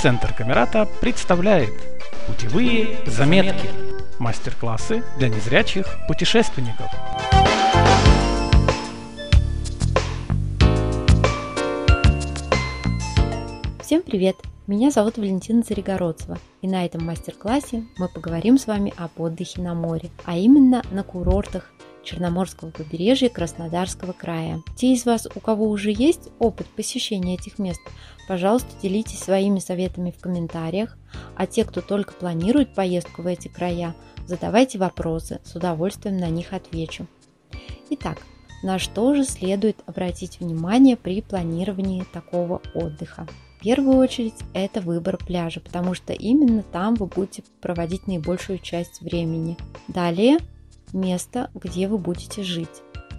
Центр Камерата представляет путевые заметки. Мастер-классы для незрячих путешественников. Всем привет! Меня зовут Валентина Царегородцева, и на этом мастер-классе мы поговорим с вами об отдыхе на море, а именно на курортах Черноморского побережья Краснодарского края. Те из вас, у кого уже есть опыт посещения этих мест, пожалуйста, делитесь своими советами в комментариях, а те, кто только планирует поездку в эти края, задавайте вопросы, с удовольствием на них отвечу. Итак, на что же следует обратить внимание при планировании такого отдыха? В первую очередь это выбор пляжа, потому что именно там вы будете проводить наибольшую часть времени. Далее место, где вы будете жить.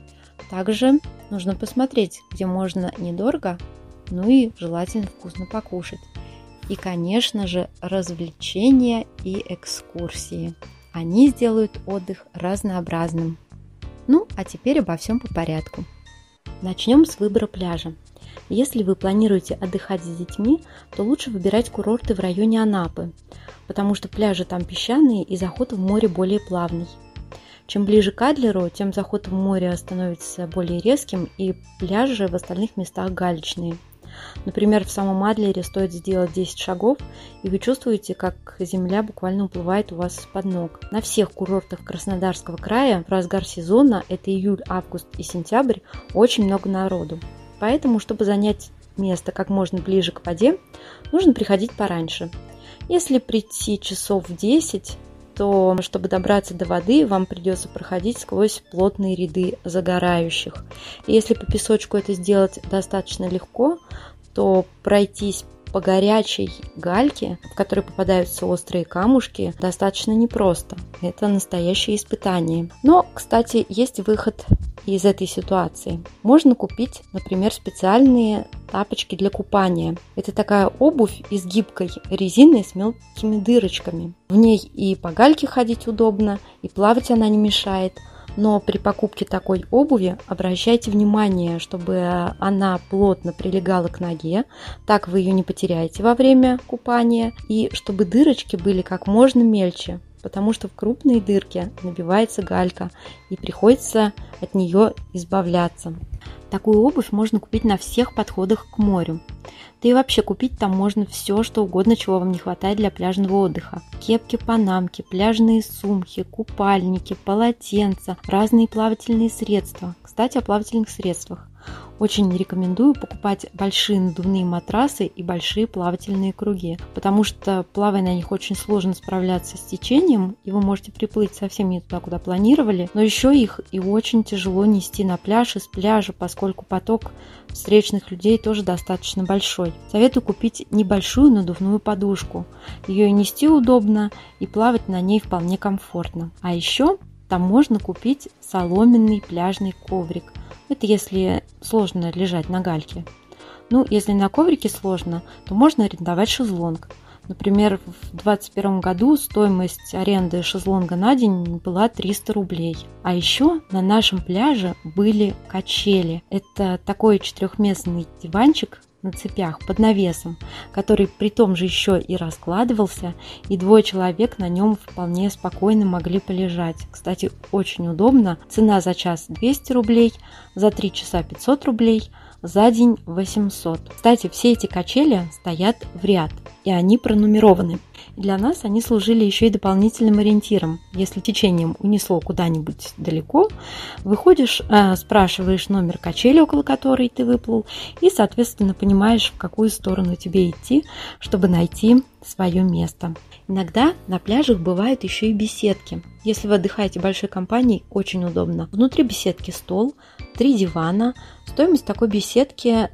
Также нужно посмотреть, где можно недорого, ну и желательно вкусно покушать. И, конечно же, развлечения и экскурсии. Они сделают отдых разнообразным. Ну, а теперь обо всем по порядку. Начнем с выбора пляжа. Если вы планируете отдыхать с детьми, то лучше выбирать курорты в районе Анапы, потому что пляжи там песчаные и заход в море более плавный. Чем ближе к Адлеру, тем заход в море становится более резким и пляжи в остальных местах галечные. Например, в самом Адлере стоит сделать 10 шагов, и вы чувствуете, как земля буквально уплывает у вас из-под ног. На всех курортах Краснодарского края в разгар сезона, это июль, август и сентябрь, очень много народу. Поэтому, чтобы занять место как можно ближе к воде, нужно приходить пораньше. Если прийти часов в 10, то, чтобы добраться до воды, вам придется проходить сквозь плотные ряды загорающих. И если по песочку это сделать достаточно легко, то пройтись по горячей гальке, в которой попадаются острые камушки, достаточно непросто. Это настоящее испытание. Но, кстати, есть выход из этой ситуации. Можно купить, например, специальные тапочки для купания. Это такая обувь из гибкой резины с мелкими дырочками. В ней и по гальке ходить удобно, и плавать она не мешает. Но при покупке такой обуви обращайте внимание, чтобы она плотно прилегала к ноге, так вы ее не потеряете во время купания, и чтобы дырочки были как можно мельче, потому что в крупные дырки набивается галька и приходится от нее избавляться. Такую обувь можно купить на всех подходах к морю. Да и вообще купить там можно все, что угодно, чего вам не хватает для пляжного отдыха. Кепки, панамки, пляжные сумки, купальники, полотенца, разные плавательные средства. Кстати, о плавательных средствах. Очень рекомендую покупать большие надувные матрасы и большие плавательные круги, потому что, плавая на них, очень сложно справляться с течением, и вы можете приплыть совсем не туда, куда планировали, но еще их и очень тяжело нести на пляж и с пляжа, поскольку поток встречных людей тоже достаточно большой. Советую купить небольшую надувную подушку. Ее и нести удобно, и плавать на ней вполне комфортно. А еще там можно купить соломенный пляжный коврик. Это если сложно лежать на гальке. Ну, если на коврике сложно, то можно арендовать шезлонг. Например, в 2021 году стоимость аренды шезлонга на день была 300 рублей. А еще на нашем пляже были качели. Это такой четырехместный диванчик на цепях под навесом, который при том же еще и раскладывался, и 2 человек на нем вполне спокойно могли полежать. Кстати, очень удобно. Цена за час 200 рублей, за 3 часа 500 рублей, за день 800. Кстати, все эти качели стоят в ряд, и они пронумерованы. Для нас они служили еще и дополнительным ориентиром. Если течением унесло куда-нибудь далеко, выходишь, спрашиваешь номер качели, около которой ты выплыл, и, соответственно, понимаешь, в какую сторону тебе идти, чтобы найти свое место. Иногда на пляжах бывают еще и беседки. Если вы отдыхаете большой компанией, очень удобно. Внутри беседки стол, 3 дивана. Стоимость такой беседки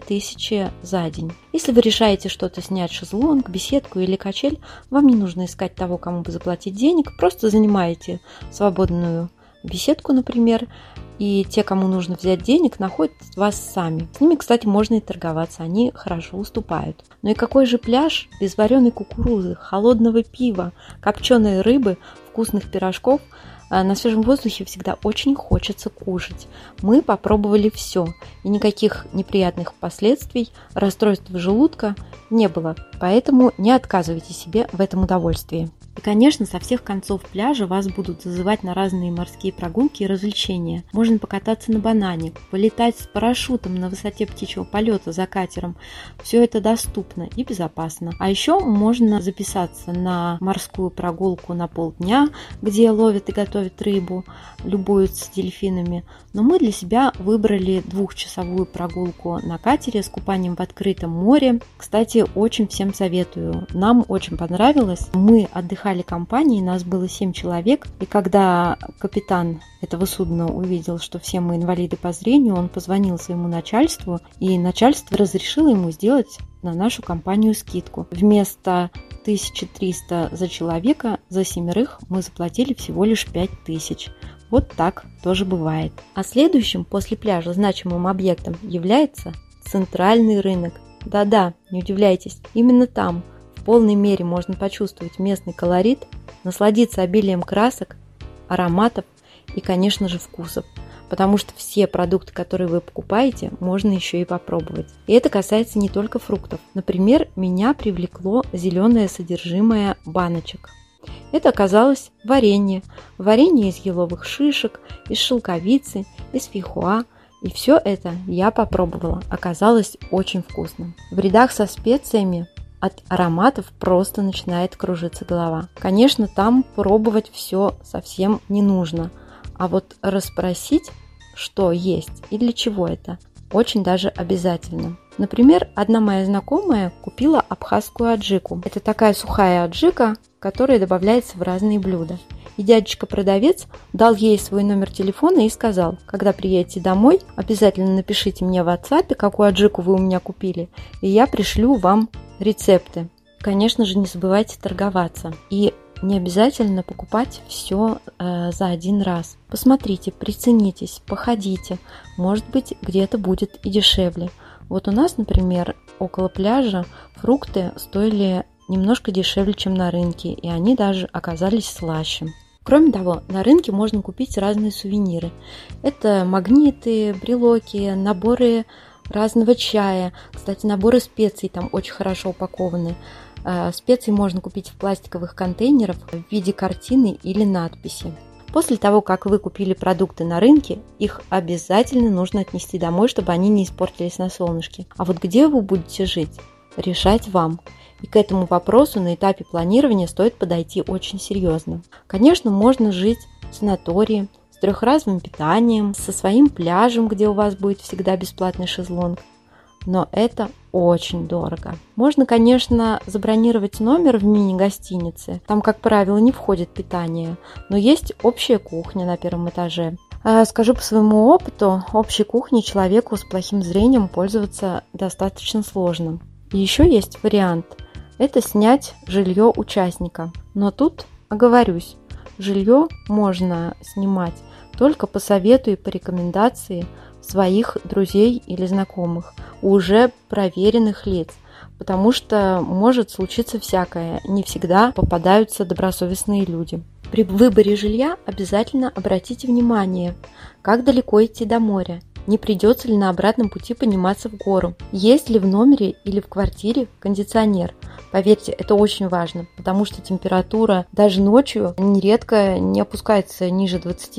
2000 за день. Если вы решаете что-то снять, шезлонг, беседку или качель, вам не нужно искать того, кому бы заплатить денег. Просто занимаете свободную беседку, например, и те, кому нужно взять денег, находят вас сами. С ними, кстати, можно и торговаться, они хорошо уступают. Но и какой же пляж без вареной кукурузы, холодного пива, копченой рыбы, вкусных пирожков, На свежем воздухе всегда очень хочется кушать. Мы попробовали все, и никаких неприятных последствий, расстройств желудка не было, поэтому не отказывайте себе в этом удовольствии. И, конечно, со всех концов пляжа вас будут зазывать на разные морские прогулки и развлечения. Можно покататься на банане, полетать с парашютом на высоте птичьего полета за катером. Все это доступно и безопасно. А еще можно записаться на морскую прогулку на полдня, где ловят и готовят рыбу, любуются дельфинами. Но мы для себя выбрали 2-часовую прогулку на катере с купанием в открытом море. Кстати, очень всем советую. Нам очень понравилось. Мы отдыхали компанией, нас было 7 человек. И когда капитан этого судна увидел, что все мы инвалиды по зрению, он позвонил своему начальству, и начальство разрешило ему сделать на нашу компанию скидку. Вместо 1300 за человека, за 7 мы заплатили всего лишь 5000. Вот так тоже бывает. А следующим после пляжа значимым объектом является центральный рынок. Да-да, не удивляйтесь, именно там в полной мере можно почувствовать местный колорит, насладиться обилием красок, ароматов и, конечно же, вкусов. Потому что все продукты, которые вы покупаете, можно еще и попробовать. И это касается не только фруктов. Например, меня привлекло зеленое содержимое баночек. Это оказалось варенье. Варенье из еловых шишек, из шелковицы, из фейхоа. И все это я попробовала. Оказалось очень вкусным. В рядах со специями от ароматов просто начинает кружиться голова. Конечно, там пробовать все совсем не нужно. А вот расспросить, что есть и для чего это, очень даже обязательно. Например, одна моя знакомая купила абхазскую аджику. Это такая сухая аджика, которая добавляется в разные блюда. И дядечка-продавец дал ей свой номер телефона и сказал: когда приедете домой, обязательно напишите мне в WhatsApp, какую аджику вы у меня купили, и я пришлю вам рецепты. Конечно же, не забывайте торговаться. И не обязательно покупать все за один раз. Посмотрите, приценитесь, походите. Может быть, где-то будет и дешевле. Вот у нас, например, около пляжа фрукты стоили немножко дешевле, чем на рынке, и они даже оказались слаще. Кроме того, на рынке можно купить разные сувениры. Это магниты, брелоки, наборы разного чая. Кстати, наборы специй там очень хорошо упакованы. Специи можно купить в пластиковых контейнерах в виде картины или надписи. После того, как вы купили продукты на рынке, их обязательно нужно отнести домой, чтобы они не испортились на солнышке. А вот где вы будете жить, решать вам. И к этому вопросу на этапе планирования стоит подойти очень серьезно. Конечно, можно жить в санатории, с трехразовым питанием, со своим пляжем, где у вас будет всегда бесплатный шезлонг. Но это очень дорого. Можно, конечно, забронировать номер в мини-гостинице. Там, как правило, не входит питание, но есть общая кухня на первом этаже. Скажу по своему опыту, общей кухней человеку с плохим зрением пользоваться достаточно сложно. И еще есть вариант – это снять жилье участника. Но тут оговорюсь, жилье можно снимать только по совету и по рекомендации своих друзей или знакомых, уже проверенных лиц, потому что может случиться всякое, не всегда попадаются добросовестные люди. При выборе жилья обязательно обратите внимание, как далеко идти до моря, не придется ли на обратном пути подниматься в гору, есть ли в номере или в квартире кондиционер. Поверьте, это очень важно, потому что температура даже ночью нередко не опускается ниже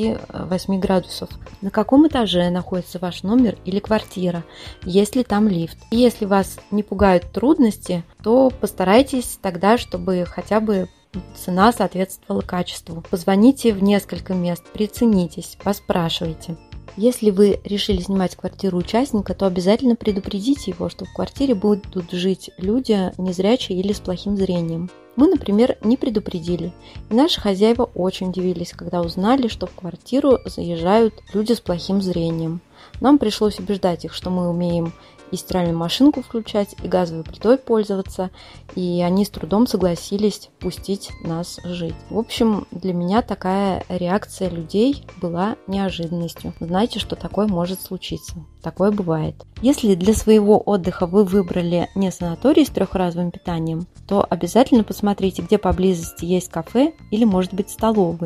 28 градусов. На каком этаже находится ваш номер или квартира, есть ли там лифт. И если вас не пугают трудности, то постарайтесь тогда, чтобы хотя бы цена соответствовала качеству. Позвоните в несколько мест, приценитесь, поспрашивайте. Если вы решили снимать квартиру участника, то обязательно предупредите его, что в квартире будут жить люди незрячие или с плохим зрением. Мы, например, не предупредили, и наши хозяева очень удивились, когда узнали, что в квартиру заезжают люди с плохим зрением. Нам пришлось убеждать их, что мы умеем и стиральную машинку включать, и газовой плитой пользоваться, и они с трудом согласились пустить нас жить. В общем, для меня такая реакция людей была неожиданностью. Знаете, что такое может случиться. Такое бывает. Если для своего отдыха вы выбрали не санаторий с трехразовым питанием, то обязательно посмотрите, где поблизости есть кафе или, может быть, столовые.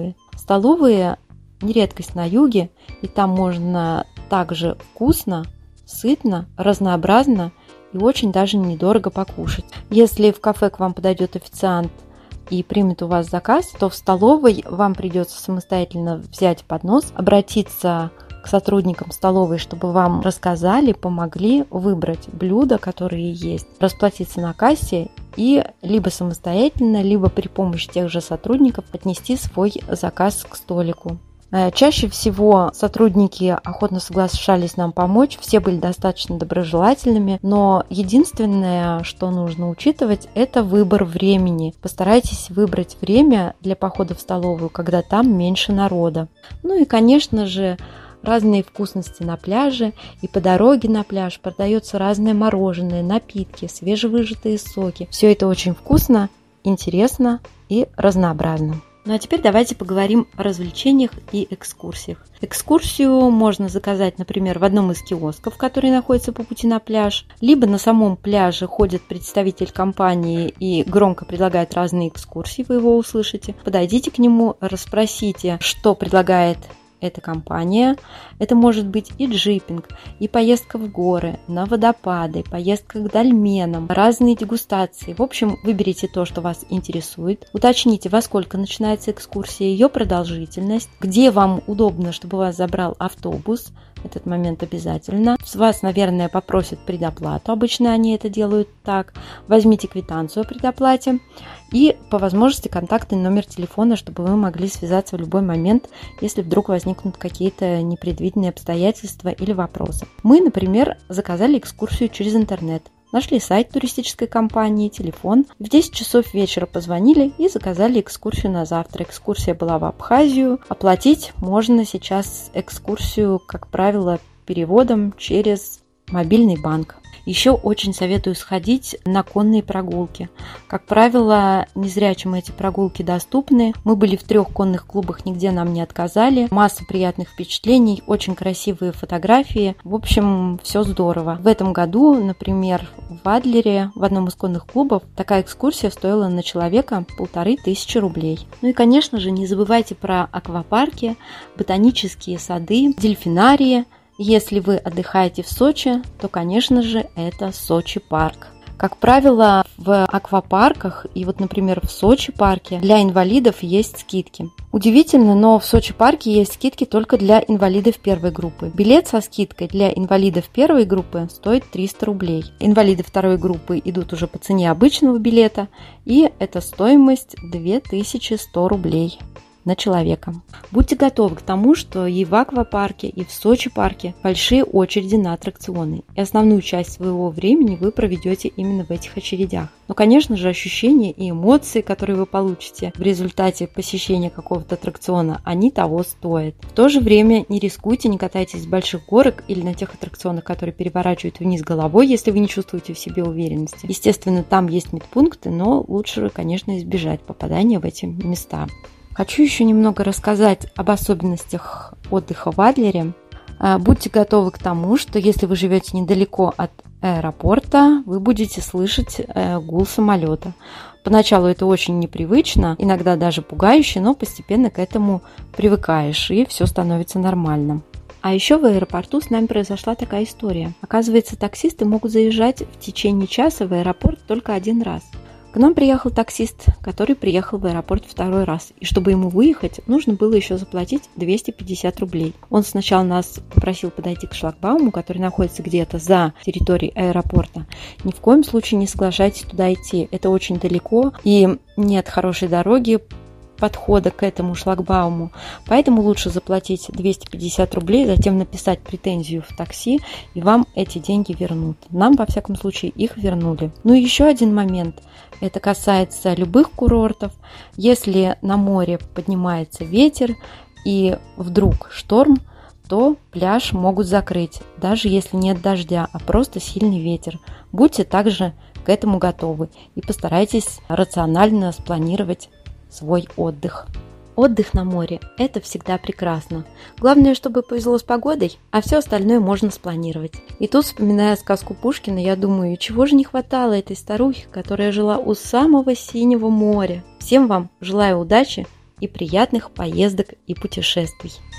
Столовые не редкость на юге, и там можно также вкусно, сытно, разнообразно и очень даже недорого покушать. Если в кафе к вам подойдет официант и примет у вас заказ, то в столовой вам придется самостоятельно взять поднос, обратиться к сотрудникам столовой, чтобы вам рассказали, помогли выбрать блюда, которые есть, расплатиться на кассе и либо самостоятельно, либо при помощи тех же сотрудников отнести свой заказ к столику. Чаще всего сотрудники охотно соглашались нам помочь, все были достаточно доброжелательными, но единственное, что нужно учитывать, это выбор времени. Постарайтесь выбрать время для похода в столовую, когда там меньше народа. Ну и, конечно же, разные вкусности на пляже, и по дороге на пляж продается разное мороженое, напитки, свежевыжатые соки. Все это очень вкусно, интересно и разнообразно. Ну а теперь давайте поговорим о развлечениях и экскурсиях. Экскурсию можно заказать, например, в одном из киосков, который находится по пути на пляж, либо на самом пляже ходит представитель компании и громко предлагает разные экскурсии, вы его услышите. Подойдите к нему, расспросите, что предлагает эта компания. Это может быть и джипинг, и поездка в горы, на водопады, поездка к дольменам, разные дегустации. В общем, выберите то, что вас интересует. Уточните, во сколько начинается экскурсия, ее продолжительность, где вам удобно, чтобы вас забрал автобус. Этот момент обязательно. С вас, наверное, попросят предоплату. Обычно они это делают так. Возьмите квитанцию о предоплате и, по возможности, контактный номер телефона, чтобы вы могли связаться в любой момент, если вдруг возникнут какие-то непредвиденные обстоятельства или вопросы. Мы, например, заказали экскурсию через интернет. Нашли сайт туристической компании, телефон. В 10 часов вечера позвонили и заказали экскурсию на завтра. Экскурсия была в Абхазию. Оплатить можно сейчас экскурсию, как правило, переводом через мобильный банк. Еще очень советую сходить на конные прогулки. Как правило, незрячим эти прогулки доступны. Мы были в 3 конных клубах, нигде нам не отказали. Масса приятных впечатлений, очень красивые фотографии. В общем, все здорово. В этом году, например, в Адлере, в одном из конных клубов, такая экскурсия стоила на человека 1500 рублей. Ну и, конечно же, не забывайте про аквапарки, ботанические сады, дельфинарии. Если вы отдыхаете в Сочи, то, конечно же, это Сочи парк. Как правило, в аквапарках и вот, например, в Сочи парке для инвалидов есть скидки. Удивительно, но в Сочи парке есть скидки только для инвалидов первой группы. Билет со скидкой для инвалидов первой группы стоит 300 рублей. Инвалиды второй группы идут уже по цене обычного билета, и это стоимость 2100 рублей на человека. Будьте готовы к тому, что и в аквапарке, и в Сочи парке большие очереди на аттракционы. И основную часть своего времени вы проведете именно в этих очередях. Но, конечно же, ощущения и эмоции, которые вы получите в результате посещения какого-то аттракциона, они того стоят. В то же время не рискуйте, не катайтесь с больших горок или на тех аттракционах, которые переворачивают вниз головой, если вы не чувствуете в себе уверенности. Естественно, там есть медпункты, но лучше, конечно, избежать попадания в эти места. Хочу еще немного рассказать об особенностях отдыха в Адлере. Будьте готовы к тому, что если вы живете недалеко от аэропорта, вы будете слышать гул самолета. Поначалу это очень непривычно, иногда даже пугающе, но постепенно к этому привыкаешь, и все становится нормально. А еще в аэропорту с нами произошла такая история. Оказывается, таксисты могут заезжать в течение часа в аэропорт только один раз. К нам приехал таксист, который приехал в аэропорт 2-й раз. И чтобы ему выехать, нужно было еще заплатить 250 рублей. Он сначала нас попросил подойти к шлагбауму, который находится где-то за территорией аэропорта. Ни в коем случае не соглашайтесь туда идти. Это очень далеко и нет хорошей дороги подхода к этому шлагбауму. Поэтому лучше заплатить 250 рублей, затем написать претензию в такси, и вам эти деньги вернут. Нам, во всяком случае, их вернули. Ну и еще один момент. Это касается любых курортов. Если на море поднимается ветер и вдруг шторм, то пляж могут закрыть, даже если нет дождя, а просто сильный ветер. Будьте также к этому готовы и постарайтесь рационально спланировать свой отдых. Отдых на море – это всегда прекрасно. Главное, чтобы повезло с погодой, а все остальное можно спланировать. И тут, вспоминая сказку Пушкина, я думаю, чего же не хватало этой старухе, которая жила у самого синего моря. Всем вам желаю удачи и приятных поездок и путешествий!